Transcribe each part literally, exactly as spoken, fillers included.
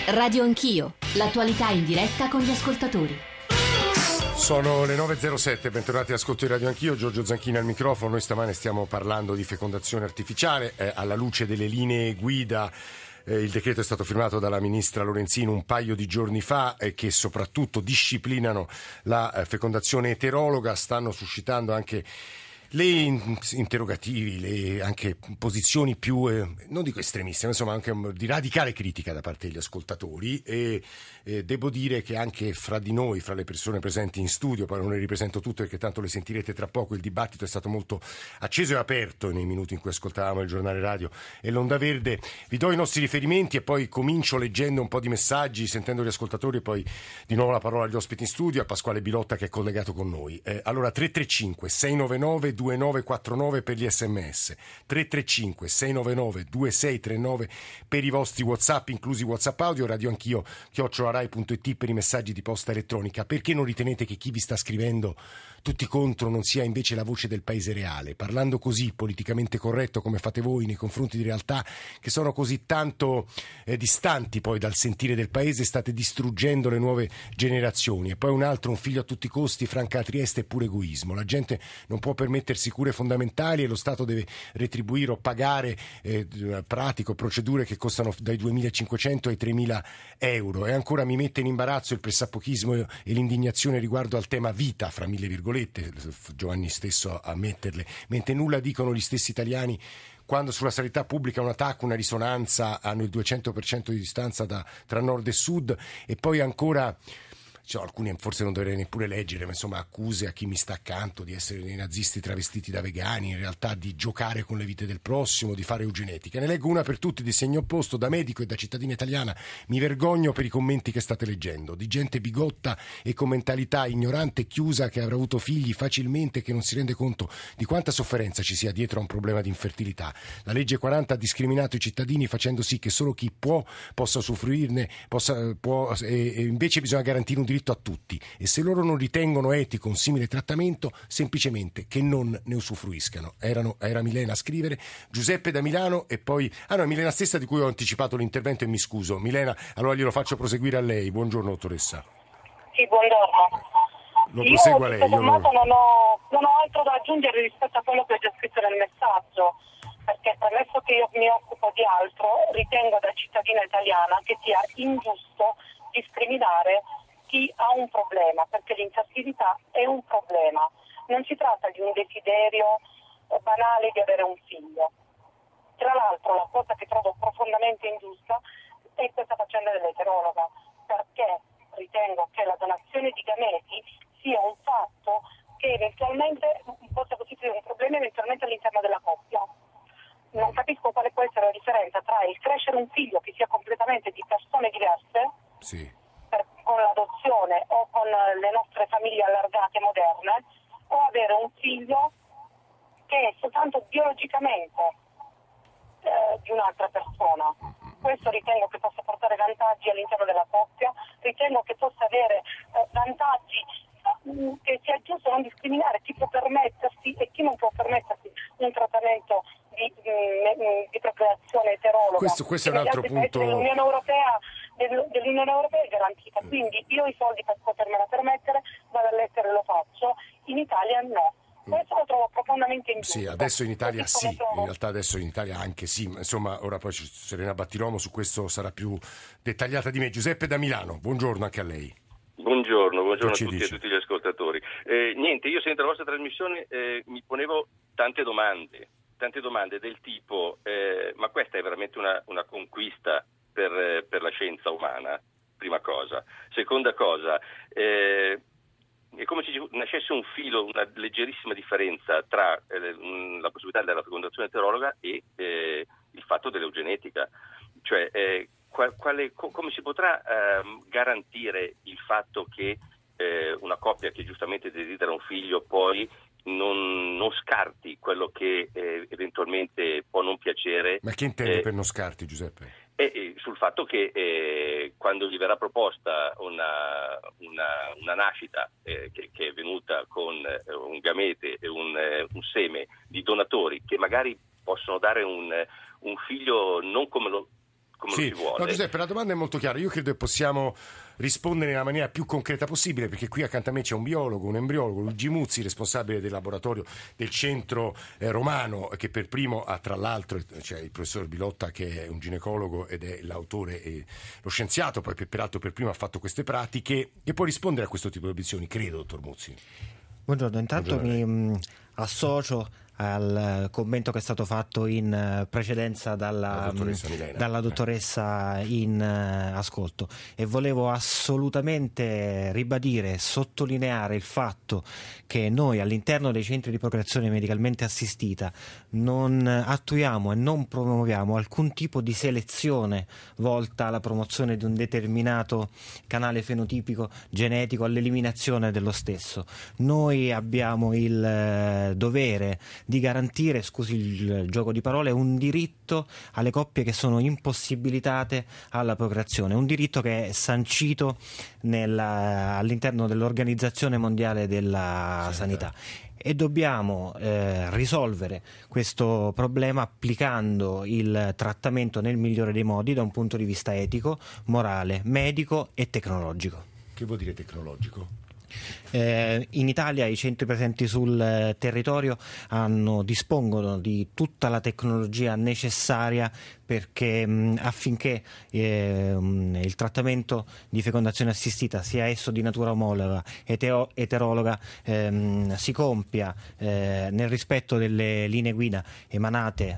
Radio Anch'io, l'attualità in diretta con gli ascoltatori. Sono le nove e zero sette, bentornati all'ascolto di Radio Anch'io, Giorgio Zanchini al microfono. Noi stamane stiamo parlando di fecondazione artificiale eh, alla luce delle linee guida. Eh, il decreto è stato firmato dalla ministra Lorenzin un paio di giorni fa e eh, che soprattutto disciplinano la eh, fecondazione eterologa, stanno suscitando anche le interrogativi, le anche posizioni più, eh, non dico estremiste, ma insomma anche di radicale critica da parte degli ascoltatori e eh, devo dire che anche fra di noi, fra le persone presenti in studio, poi non le ripresento tutte perché tanto le sentirete tra poco, il dibattito è stato molto acceso e aperto nei minuti in cui ascoltavamo il giornale radio e l'Onda Verde. Vi do i nostri riferimenti e poi comincio leggendo un po' di messaggi, sentendo gli ascoltatori e poi di nuovo la parola agli ospiti in studio, a Pasquale Bilotta che è collegato con noi. Eh, allora tre tre cinque sei nove nove due nove quattro nove per gli sms, tre tre cinque sei nove nove due sei tre nove per i vostri WhatsApp, inclusi WhatsApp audio, Radio Anch'io chiocciola rai punto it per i messaggi di posta elettronica. Perché non ritenete che chi vi sta scrivendo tutti contro non sia invece la voce del paese reale, parlando così politicamente corretto come fate voi nei confronti di realtà che sono così tanto eh, distanti poi dal sentire del paese? State distruggendo le nuove generazioni. E poi un altro, un figlio a tutti i costi, Franca Trieste è pure egoismo, la gente non può permettersi cure fondamentali e lo Stato deve retribuire o pagare eh, pratico, procedure che costano dai duemilacinquecento ai tremila euro. E ancora mi mette in imbarazzo il pressapochismo e l'indignazione riguardo al tema vita, fra mille virgolette, Giovanni stesso a metterle, mentre nulla dicono gli stessi italiani quando sulla sanità pubblica un T A C, una risonanza hanno il duecento per cento di distanza da, tra nord e sud. E poi ancora cioè, alcuni forse non dovrei neppure leggere, ma insomma accuse a chi mi sta accanto di essere dei nazisti travestiti da vegani, in realtà di giocare con le vite del prossimo, di fare eugenetica. Ne leggo una per tutti di segno opposto, da medico e da cittadina italiana. Mi vergogno per i commenti che state leggendo, di gente bigotta e con mentalità ignorante e chiusa che avrà avuto figli facilmente e che non si rende conto di quanta sofferenza ci sia dietro a un problema di infertilità. La legge quaranta ha discriminato i cittadini facendo sì che solo chi può possa usufruirne, possa, può, e, e invece bisogna garantire un diritto a tutti, e se loro non ritengono etico un simile trattamento, semplicemente che non ne usufruiscano. Erano, era Milena a scrivere, Giuseppe da Milano e poi ah no, è Milena stessa di cui ho anticipato l'intervento e mi scuso. Milena, allora glielo faccio proseguire a lei. Buongiorno dottoressa. Sì, buongiorno. Lo prosegua io, lei. Io non, ho, non ho altro da aggiungere rispetto a quello che ho già scritto nel messaggio, perché premesso che io mi occupo di altro, ritengo da cittadina italiana che sia ingiusto discriminare chi ha un problema, perché l'infertilità è un problema. Non si tratta di un desiderio banale di avere un figlio. Tra l'altro la cosa che trovo profondamente ingiusta è questa faccenda dell'eterologa, perché ritengo che la donazione di gameti sia un fatto che eventualmente possa costituire un problema eventualmente all'interno della coppia. Non capisco quale può essere la differenza tra il crescere un figlio che sia completamente di persone diverse, sì, per, con l'adozione o con le nostre famiglie allargate moderne, o avere un figlio che è soltanto biologicamente eh, di un'altra persona. Questo ritengo che possa portare vantaggi all'interno della coppia, ritengo che possa avere eh, vantaggi eh, che sia giusto non discriminare chi può permettersi e chi non può permettersi un trattamento di, mh, di procreazione eterologa. Questo, questo è un altro punto. Dell'Unione Europea, dell'Unione Europea è garantita, quindi io i soldi per potermela permettere vado all'estero e lo faccio, in Italia no. Questo lo trovo profondamente ingiusto. Sì, adesso in Italia sì, in realtà adesso in Italia anche sì, ma insomma ora poi Serena Battiromo su questo sarà più dettagliata di me. Giuseppe da Milano, buongiorno anche a lei. Buongiorno, buongiorno a tutti dice? e a tutti gli ascoltatori. Eh, niente, io sento la vostra trasmissione, eh, mi ponevo tante domande, tante domande del tipo, eh, ma questa è veramente una, una conquista per, per la scienza umana, prima cosa. Seconda cosa, eh, è come se nascesse un filo, una leggerissima differenza tra eh, la possibilità della fecondazione eterologa e eh, il fatto dell'eugenetica. Cioè, eh, qual, quale, co- come si potrà eh, garantire il fatto che eh, una coppia che giustamente desidera un figlio poi non, non scarti quello che eh, eventualmente può non piacere? Ma che intende eh, per non scarti, Giuseppe? E, e sul fatto che eh, quando gli verrà proposta una, una, una nascita eh, che, che è venuta con eh, un gamete e un, eh, un seme di donatori che magari possono dare un, un figlio non come lo, come come sì. lo si vuole. No, Giuseppe, la domanda è molto chiara. Io credo che possiamo rispondere nella maniera più concreta possibile, perché qui accanto a me c'è un biologo, un embriologo, Luigi Muzzi, responsabile del laboratorio del centro eh, romano, che per primo ha tra l'altro c'è il professor Bilotta, che è un ginecologo ed è l'autore e lo scienziato, poi per, peraltro per primo ha fatto queste pratiche, che può rispondere a questo tipo di obiezioni, credo, dottor Muzzi. Buongiorno, intanto Buongiorno. mi mh, associo al commento che è stato fatto in precedenza dalla dottoressa, Milena. dalla dottoressa in uh, ascolto, e volevo assolutamente ribadire e sottolineare il fatto che noi all'interno dei centri di procreazione medicalmente assistita non attuiamo e non promuoviamo alcun tipo di selezione volta alla promozione di un determinato canale fenotipico genetico, all'eliminazione dello stesso. Noi abbiamo il eh, dovere di garantire, scusi il gioco di parole, un diritto alle coppie che sono impossibilitate alla procreazione, un diritto che è sancito nella, all'interno dell'Organizzazione Mondiale della Sì, Sanità. E dobbiamo eh, risolvere questo problema applicando il trattamento nel migliore dei modi da un punto di vista etico, morale, medico e tecnologico. Che vuol dire tecnologico? Eh, in Italia i centri presenti sul eh, territorio hanno, dispongono di tutta la tecnologia necessaria perché mh, affinché eh, mh, il trattamento di fecondazione assistita, sia esso di natura omologa, eteo, eterologa, ehm, si compia eh, nel rispetto delle linee guida emanate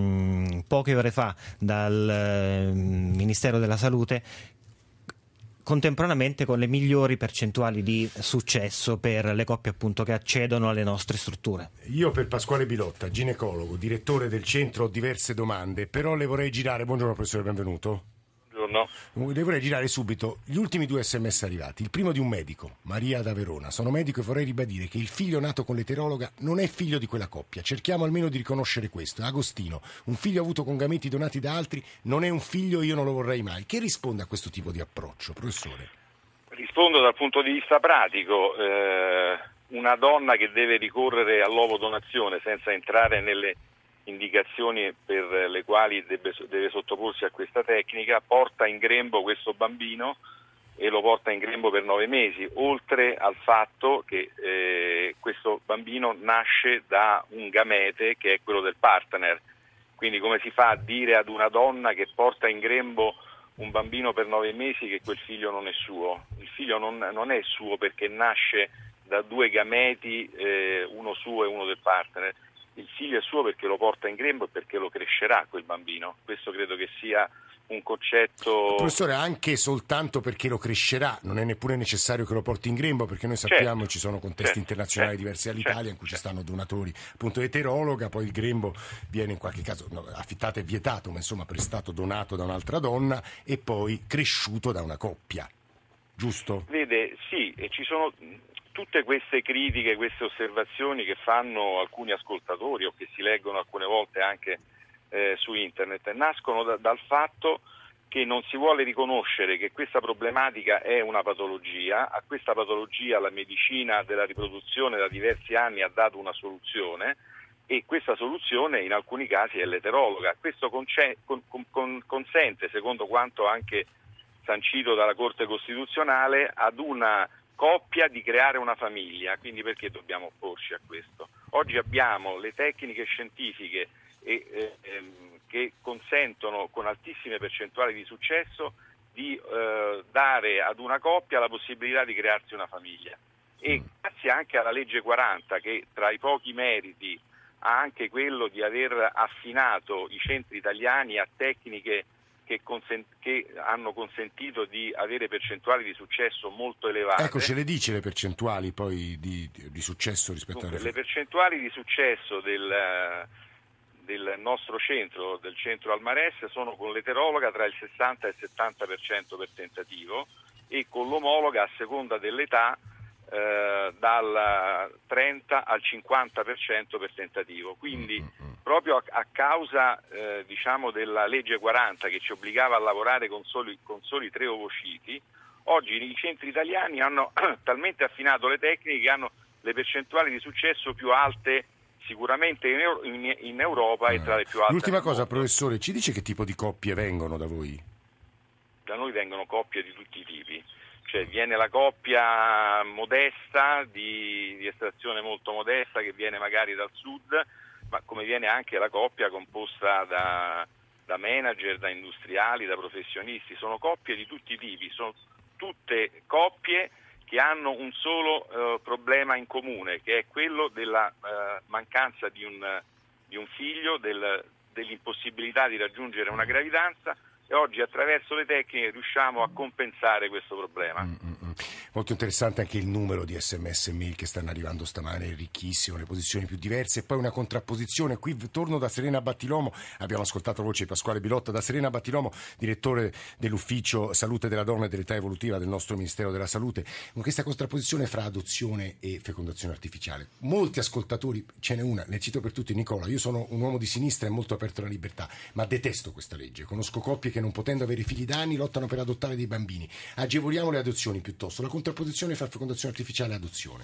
mh, poche ore fa dal eh, Ministero della Salute, contemporaneamente con le migliori percentuali di successo per le coppie appunto che accedono alle nostre strutture. Io per Pasquale Bilotta, ginecologo, direttore del centro, ho diverse domande, però le vorrei girare. Buongiorno professore, benvenuto. Buongiorno. Le vorrei girare subito gli ultimi due sms arrivati. Il primo di un medico, Maria da Verona. Sono medico e vorrei ribadire che il figlio nato con l'eterologa non è figlio di quella coppia. Cerchiamo almeno di riconoscere questo. Agostino, un figlio avuto con gameti donati da altri non è un figlio, io non lo vorrei mai. Che risponde a questo tipo di approccio, professore? Rispondo dal punto di vista pratico. Eh, una donna che deve ricorrere all'ovodonazione senza entrare nelle indicazioni per le quali deve, deve sottoporsi a questa tecnica, porta in grembo questo bambino e lo porta in grembo per nove mesi, oltre al fatto che eh, questo bambino nasce da un gamete che è quello del partner. Quindi come si fa a dire ad una donna che porta in grembo un bambino per nove mesi che quel figlio non è suo? Il figlio non, non è suo perché nasce da due gameti, eh, uno suo e uno del partner. Il figlio è suo perché lo porta in grembo e perché lo crescerà quel bambino. Questo credo che sia un concetto... Professore, anche soltanto perché lo crescerà, non è neppure necessario che lo porti in grembo, perché noi sappiamo certo, ci sono contesti certo, internazionali certo, diversi all'Italia certo, in cui certo. ci stanno donatori appunto eterologa, poi il grembo viene in qualche caso no, affittato e vietato, ma insomma prestato, donato da un'altra donna e poi cresciuto da una coppia, giusto? Vede, sì, e ci sono tutte queste critiche, queste osservazioni che fanno alcuni ascoltatori o che si leggono alcune volte anche eh, su internet, nascono da, dal fatto che non si vuole riconoscere che questa problematica è una patologia. A questa patologia la medicina della riproduzione da diversi anni ha dato una soluzione e questa soluzione in alcuni casi è l'eterologa. Questo conce- con, con, consente, secondo quanto anche sancito dalla Corte Costituzionale, ad una coppia di creare una famiglia. Quindi perché dobbiamo opporci a questo? Oggi abbiamo le tecniche scientifiche e, eh, ehm, che consentono con altissime percentuali di successo di eh, dare ad una coppia la possibilità di crearsi una famiglia. E grazie anche alla legge quaranta, che tra i pochi meriti ha anche quello di aver affinato i centri italiani a tecniche Che, consent- che hanno consentito di avere percentuali di successo molto elevate. Ecco, ce le dice le percentuali poi di, di, di successo rispetto Dunque, alle... le percentuali di successo del, del nostro centro, del centro Almarès, sono con l'eterologa tra il sessanta e il settanta per cento per tentativo e con l'omologa a seconda dell'età eh, dal trenta al cinquanta per cento per tentativo. Quindi proprio a, a causa eh, diciamo della legge quaranta che ci obbligava a lavorare con soli, con soli tre ovociti, oggi i centri italiani hanno talmente affinato le tecniche che hanno le percentuali di successo più alte sicuramente in, in, in Europa è tra le più alte. L'ultima cosa, mondo. professore, ci dice che tipo di coppie vengono da voi? Da noi vengono coppie di tutti i tipi, cioè viene la coppia modesta, di, di estrazione molto modesta, che viene magari dal sud, ma come viene anche la coppia composta da, da manager, da industriali, da professionisti. Sono coppie di tutti i tipi, sono tutte coppie che hanno un solo eh, problema in comune, che è quello della eh, mancanza di un, di un figlio, del, dell'impossibilità di raggiungere una gravidanza, e oggi attraverso le tecniche riusciamo a compensare questo problema. Mm-mm. Molto interessante anche il numero di sms e mail che stanno arrivando stamane, è ricchissimo, le posizioni più diverse, e poi una contrapposizione. Qui torno da Serena Battilomo, abbiamo ascoltato la voce di Pasquale Bilotta. Da Serena Battilomo, direttore dell'ufficio Salute della Donna e dell'età evolutiva del nostro Ministero della Salute, con questa contrapposizione fra adozione e fecondazione artificiale. Molti ascoltatori, ce n'è una, ne cito per tutti: Nicola, io sono un uomo di sinistra e molto aperto alla libertà, ma detesto questa legge. Conosco coppie che, non potendo avere figli da anni, lottano per adottare dei bambini. Agevoliamo le adozioni piuttosto. La contrapposizione fra fecondazione artificiale e adozione.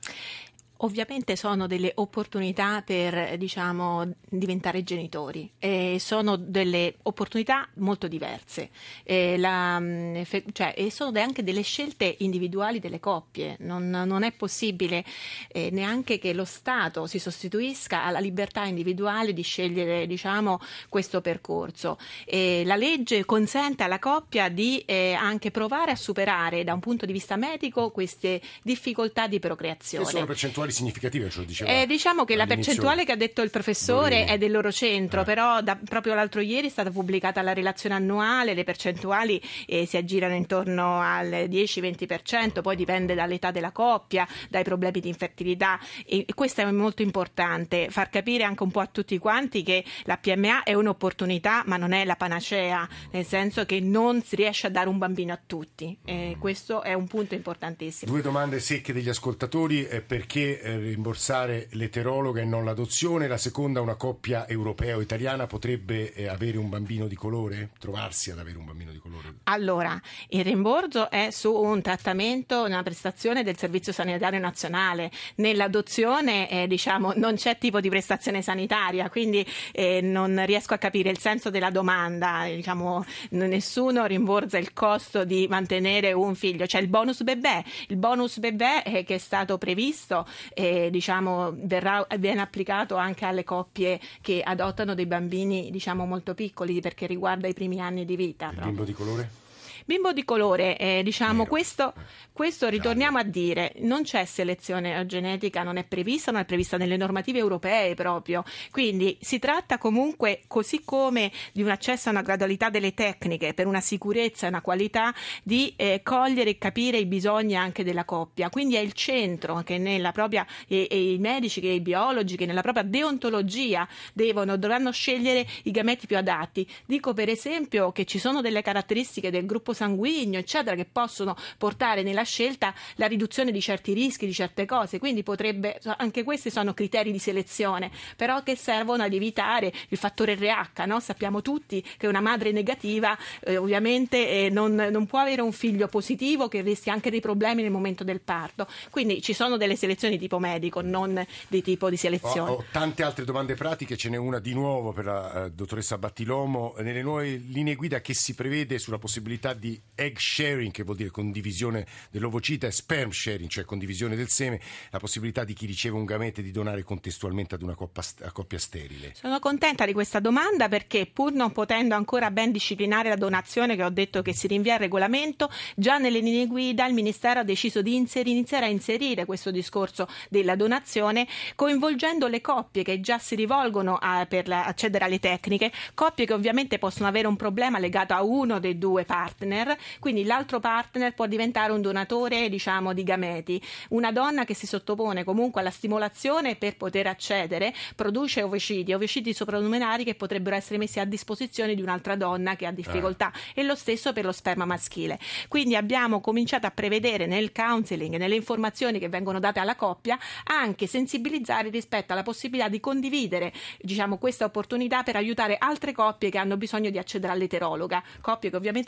Ovviamente sono delle opportunità per, diciamo, diventare genitori, e sono delle opportunità molto diverse, e, la, cioè, e sono anche delle scelte individuali delle coppie. Non, non è possibile eh, neanche che lo Stato si sostituisca alla libertà individuale di scegliere, diciamo, questo percorso. E la legge consente alla coppia di eh, anche provare a superare da un punto di vista medico queste difficoltà di procreazione. Che sono percentuali significative, ce lo diceva. Eh, diciamo che la percentuale che ha detto il professore Dorino. È del loro centro, eh. però da, proprio l'altro ieri è stata pubblicata la relazione annuale, le percentuali eh, si aggirano intorno al dieci venti per cento, poi dipende dall'età della coppia, dai problemi di infertilità, e questo è molto importante, far capire anche un po' a tutti quanti che la P M A è un'opportunità ma non è la panacea, nel senso che non si riesce a dare un bambino a tutti, e questo è un punto importantissimo. Due domande secche degli ascoltatori: eh, perché eh, rimborsare l'eterologa e non l'adozione? La seconda, una coppia europea o italiana potrebbe eh, avere un bambino di colore? Trovarsi ad avere un bambino di colore? Allora, il rimborso è su un trattamento, una prestazione del Servizio Sanitario Nazionale. Nell'adozione eh, diciamo non c'è tipo di prestazione sanitaria, quindi eh, non riesco a capire il senso della domanda. Diciamo, nessuno rimborsa il costo di mantenere un figlio. C'è il bonus bebè, il bonus bebè eh, che è stato previsto eh, diciamo verrà, viene applicato anche alle coppie che adottano dei bambini, diciamo, molto piccoli, perché riguarda i primi anni di vita. Il bimbo di colore? Bimbo di colore, eh, diciamo, questo, questo ritorniamo a dire, non c'è selezione genetica, non è prevista, non è prevista nelle normative europee proprio, quindi si tratta comunque, così come di un accesso a una gradualità delle tecniche per una sicurezza e una qualità, di eh, cogliere e capire i bisogni anche della coppia, quindi è il centro che nella propria, e, e i medici che i biologi che nella propria deontologia devono, dovranno scegliere i gameti più adatti. Dico per esempio che ci sono delle caratteristiche del gruppo sanguigno, eccetera, che possono portare nella scelta la riduzione di certi rischi, di certe cose, quindi potrebbe, anche questi sono criteri di selezione, però che servono ad evitare il fattore R H, no? Sappiamo tutti che una madre negativa eh, ovviamente eh, non, non può avere un figlio positivo, che rischia anche dei problemi nel momento del parto, quindi ci sono delle selezioni tipo medico, non di tipo di selezione. Ho, ho tante altre domande pratiche, ce n'è una di nuovo per la uh, dottoressa Battilomo. Nelle nuove linee guida che si prevede sulla possibilità di di egg sharing, che vuol dire condivisione dell'ovocita, e sperm sharing, cioè condivisione del seme, la possibilità di chi riceve un gamete di donare contestualmente ad una coppia, a coppia sterile. Sono contenta di questa domanda, perché pur non potendo ancora ben disciplinare la donazione, che ho detto che si rinvia al regolamento, già nelle linee guida il Ministero ha deciso di inserire, iniziare a inserire questo discorso della donazione, coinvolgendo le coppie che già si rivolgono a, per la, accedere alle tecniche, coppie che ovviamente possono avere un problema legato a uno dei due partner, quindi l'altro partner può diventare un donatore, diciamo, di gameti. Una donna che si sottopone comunque alla stimolazione per poter accedere produce ovociti, ovociti soprannumerari che potrebbero essere messi a disposizione di un'altra donna che ha difficoltà, eh. e lo stesso per lo sperma maschile. Quindi abbiamo cominciato a prevedere nel counseling, nelle informazioni che vengono date alla coppia, anche sensibilizzare rispetto alla possibilità di condividere, diciamo, questa opportunità per aiutare altre coppie che hanno bisogno di accedere all'eterologa, coppie che ovviamente stanno accedendo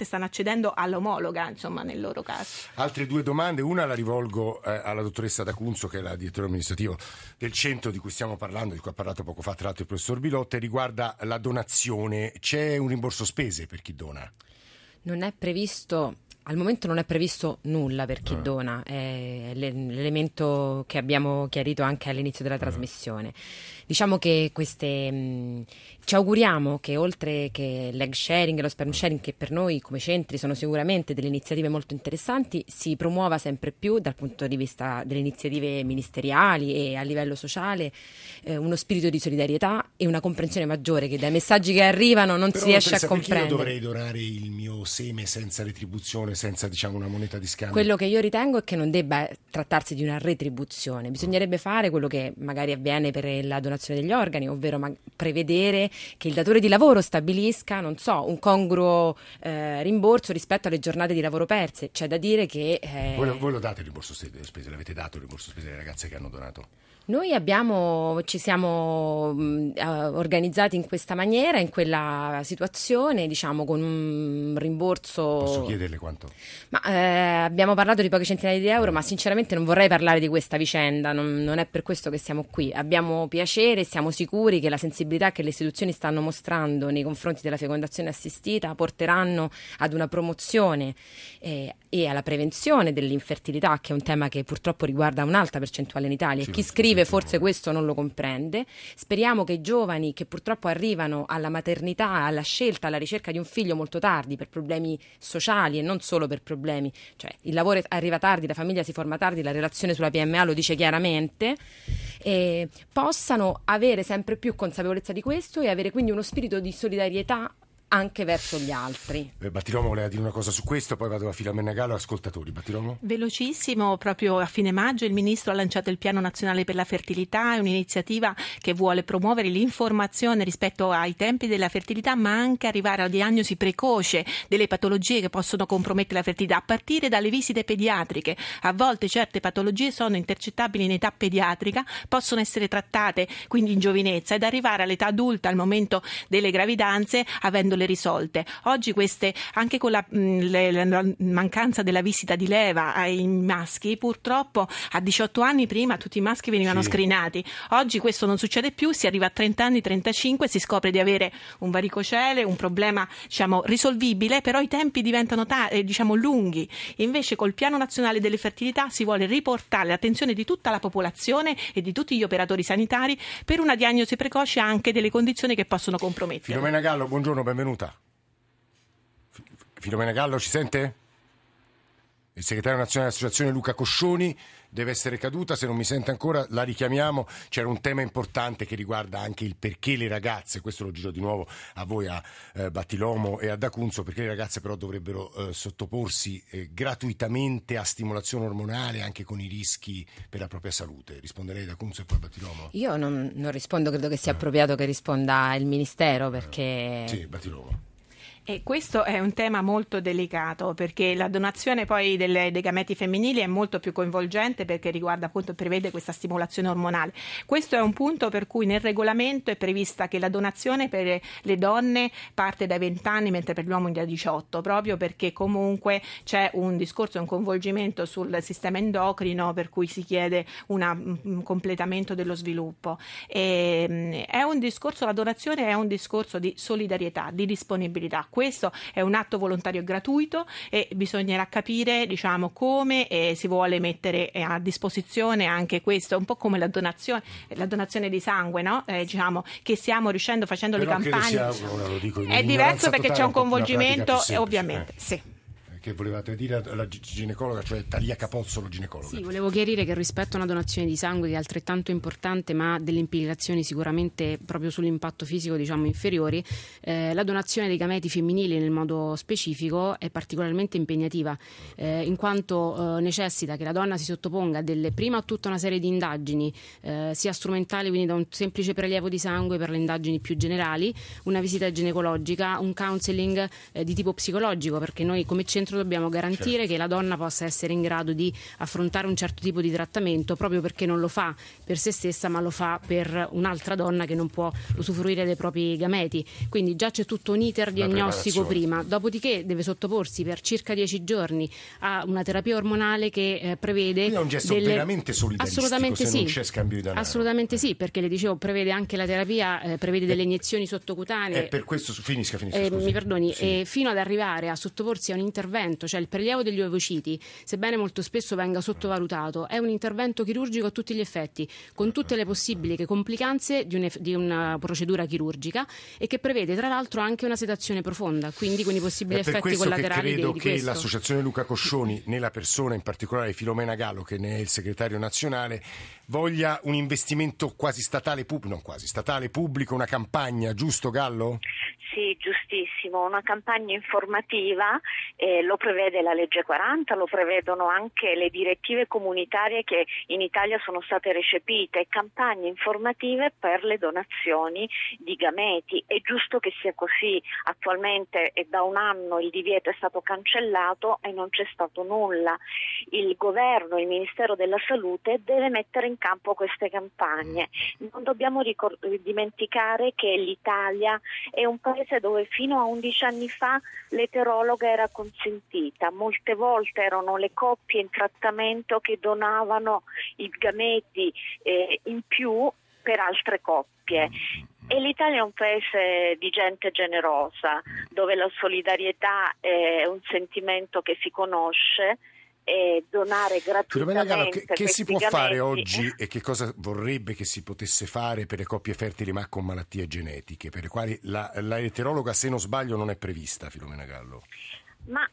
chiedendo all'omologa, insomma, nel loro caso. Altre due domande, una la rivolgo eh, alla dottoressa D'Acunzo, che è la direttore amministrativo del centro di cui stiamo parlando, di cui ha parlato poco fa tra l'altro il professor Bilotte, riguarda la donazione. C'è un rimborso spese per chi dona? Non è previsto, al momento non è previsto nulla per chi eh. dona, è l'elemento che abbiamo chiarito anche all'inizio della eh. trasmissione. Diciamo che queste mh, ci auguriamo che oltre che l'egg sharing e lo sperm sharing, che per noi come centri sono sicuramente delle iniziative molto interessanti, si promuova sempre più dal punto di vista delle iniziative ministeriali e a livello sociale eh, uno spirito di solidarietà e una comprensione maggiore che dai messaggi che arrivano non Però si riesce a comprendere. Io dovrei donare il mio seme senza retribuzione, senza diciamo una moneta di scambio? Quello che io ritengo è che non debba trattarsi di una retribuzione, bisognerebbe fare quello che magari avviene per la donazione degli organi, ovvero ma- prevedere che il datore di lavoro stabilisca, non so, un congruo eh, rimborso rispetto alle giornate di lavoro perse. C'è da dire che... Eh... Voi, lo, voi lo date il rimborso spese? L'avete dato il rimborso spese alle ragazze che hanno donato? Noi abbiamo, ci siamo mh, organizzati in questa maniera, in quella situazione, diciamo con un rimborso... Posso chiederle quanto? Ma, eh, abbiamo parlato di poche centinaia di euro, ma sinceramente non vorrei parlare di questa vicenda, non, non è per questo che siamo qui. Abbiamo piacere, siamo sicuri che la sensibilità che le istituzioni stanno mostrando nei confronti della fecondazione assistita porteranno ad una promozione eh, e alla prevenzione dell'infertilità, che è un tema che purtroppo riguarda un'alta percentuale in Italia. Sì, chi scrive forse questo non lo comprende. Speriamo che i giovani che purtroppo arrivano alla maternità, alla scelta, alla ricerca di un figlio molto tardi per problemi sociali e non solo per problemi, cioè il lavoro arriva tardi, la famiglia si forma tardi, la relazione sulla P M A lo dice chiaramente, e possano avere sempre più consapevolezza di questo e avere quindi uno spirito di solidarietà anche verso gli altri. Beh, Battiromo voleva dire una cosa su questo, poi vado a Filomena Gallo, ascoltatori. Battiromo? Velocissimo, proprio a fine maggio il Ministro ha lanciato il Piano Nazionale per la Fertilità, è un'iniziativa che vuole promuovere l'informazione rispetto ai tempi della fertilità, ma anche arrivare alla diagnosi precoce delle patologie che possono compromettere la fertilità, a partire dalle visite pediatriche. A volte certe patologie sono intercettabili in età pediatrica, possono essere trattate quindi in giovinezza ed arrivare all'età adulta, al momento delle gravidanze, avendo le risolte. Oggi queste, anche con la, mh, le, la mancanza della visita di leva ai maschi, purtroppo a diciotto anni prima tutti i maschi venivano sì. screenati. Oggi questo non succede più, si arriva a trenta anni, trentacinque, si scopre di avere un varicocele, un problema diciamo risolvibile, però i tempi diventano ta- eh, diciamo lunghi. Invece col Piano Nazionale delle Fertilità si vuole riportare l'attenzione di tutta la popolazione e di tutti gli operatori sanitari per una diagnosi precoce anche delle condizioni che possono compromettere. Filomena Gallo, buongiorno, benvenuta. Filomena Gallo, ci sente? Il segretario nazionale dell'associazione Luca Coscioni deve essere caduta, se non mi sente ancora la richiamiamo. C'era un tema importante che riguarda anche il perché le ragazze, questo lo giro di nuovo a voi, a eh, Battilomo e a D'Acunzo, perché le ragazze però dovrebbero eh, sottoporsi eh, gratuitamente a stimolazione ormonale anche con i rischi per la propria salute. Risponderei D'Acunzo e poi Battilomo. Io non, non rispondo, credo che sia eh. appropriato che risponda il Ministero perché... Eh. Sì, Battilomo. E questo è un tema molto delicato perché la donazione poi delle, dei gameti femminili è molto più coinvolgente perché riguarda appunto prevede questa stimolazione ormonale. Questo è un punto per cui nel regolamento è prevista che la donazione per le donne parte dai venti anni mentre per l'uomo da diciotto, proprio perché comunque c'è un discorso, un coinvolgimento sul sistema endocrino per cui si chiede una, un completamento dello sviluppo. E, è un discorso, la donazione è un discorso di solidarietà, di disponibilità. Questo è un atto volontario e gratuito e bisognerà capire diciamo, come eh, si vuole mettere a disposizione anche questo, un po' come la donazione, la donazione di sangue, no? eh, diciamo, che stiamo riuscendo facendo Però le campagne. Sia, lo dico, è diverso perché c'è un coinvolgimento, semplice, ovviamente, eh. sì. Che volevate dire alla ginecologa, cioè Talia Capozzolo, ginecologa? Sì, volevo chiarire che rispetto a una donazione di sangue che è altrettanto importante ma ha delle implicazioni sicuramente proprio sull'impatto fisico diciamo inferiori, eh, la donazione dei gameti femminili nel modo specifico è particolarmente impegnativa eh, in quanto eh, necessita che la donna si sottoponga a delle, prima a tutta una serie di indagini eh, sia strumentali, quindi da un semplice prelievo di sangue per le indagini più generali, una visita ginecologica, un counseling eh, di tipo psicologico, perché noi come centro dall'altro dobbiamo garantire certo. che la donna possa essere in grado di affrontare un certo tipo di trattamento, proprio perché non lo fa per se stessa ma lo fa per un'altra donna che non può usufruire dei propri gameti. Quindi già c'è tutto un iter diagnostico prima, dopodiché deve sottoporsi per circa dieci giorni a una terapia ormonale che eh, prevede Quindi è un gesto delle... veramente solidaristico, assolutamente se sì. non c'è scambio di denaro. Assolutamente sì, perché le dicevo prevede anche la terapia, eh, prevede delle iniezioni sottocutanee. E per questo finisca, finisca eh, scusi. mi perdoni, sì. eh, fino ad arrivare a sottoporsi a un intervento, cioè il prelievo degli ovociti, sebbene molto spesso venga sottovalutato, è un intervento chirurgico a tutti gli effetti, con tutte le possibili complicanze di, un, di una procedura chirurgica, e che prevede tra l'altro anche una sedazione profonda, quindi con i possibili effetti collaterali di, di questo. Credo che l'associazione Luca Coscioni, nella persona in particolare di Filomena Gallo, che ne è il segretario nazionale, voglia un investimento quasi statale pubblico, non quasi statale pubblico, una campagna, giusto Gallo? Sì, giustissimo, una campagna informativa, eh, lo prevede la legge quaranta, lo prevedono anche le direttive comunitarie che in Italia sono state recepite, campagne informative per le donazioni di gameti. È giusto che sia così, attualmente è da un anno il divieto è stato cancellato e non c'è stato nulla. Il governo, il Ministero della Salute deve mettere in campo queste campagne. Non dobbiamo ricor- dimenticare che l'Italia è un paese dove fino a undici anni fa l'eterologa era consentita. Molte volte erano le coppie in trattamento che donavano i gameti eh, in più per altre coppie. E l'Italia è un paese di gente generosa, dove la solidarietà è un sentimento che si conosce, e donare gratuitamente. Gallo, che, che si può gameti. fare oggi e che cosa vorrebbe che si potesse fare per le coppie fertili ma con malattie genetiche, per le quali la, la eterologa, se non sbaglio, non è prevista, Filomena Gallo? Ma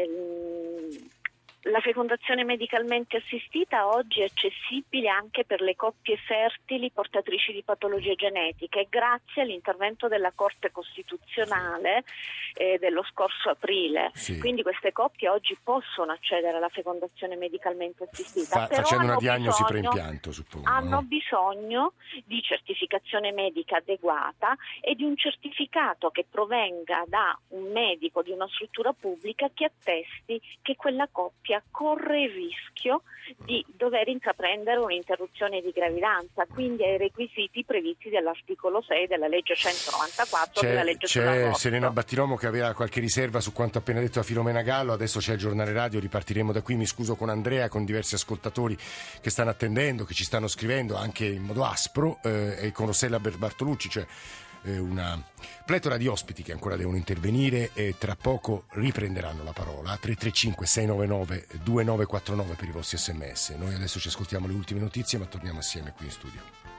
ehm, la fecondazione medicalmente assistita oggi è accessibile anche per le coppie fertili portatrici di patologie genetiche, grazie all'intervento della Corte Costituzionale eh, dello scorso aprile. Sì. Quindi queste coppie oggi possono accedere alla fecondazione medicalmente assistita. Fa, però facendo una diagnosi bisogno, preimpianto, suppongo. Hanno no? bisogno di certificazione medica adeguata e di un certificato che provenga da un medico di una struttura pubblica che attesti che quella coppia corre il rischio di dover intraprendere un'interruzione di gravidanza, quindi ai requisiti previsti dall'articolo sei della legge centonovantaquattro c'è, della legge c'è Serena Battiromo che aveva qualche riserva su quanto appena detto a Filomena Gallo. Adesso c'è il giornale radio, ripartiremo da qui. Mi scuso con Andrea, con diversi ascoltatori che stanno attendendo, che ci stanno scrivendo anche in modo aspro, eh, e con Rossella Bartolucci, cioè una pletora di ospiti che ancora devono intervenire e tra poco riprenderanno la parola. Tre tre cinque sei nove nove due nove quattro nove per i vostri sms. Noi adesso ci ascoltiamo le ultime notizie, ma torniamo assieme qui in studio.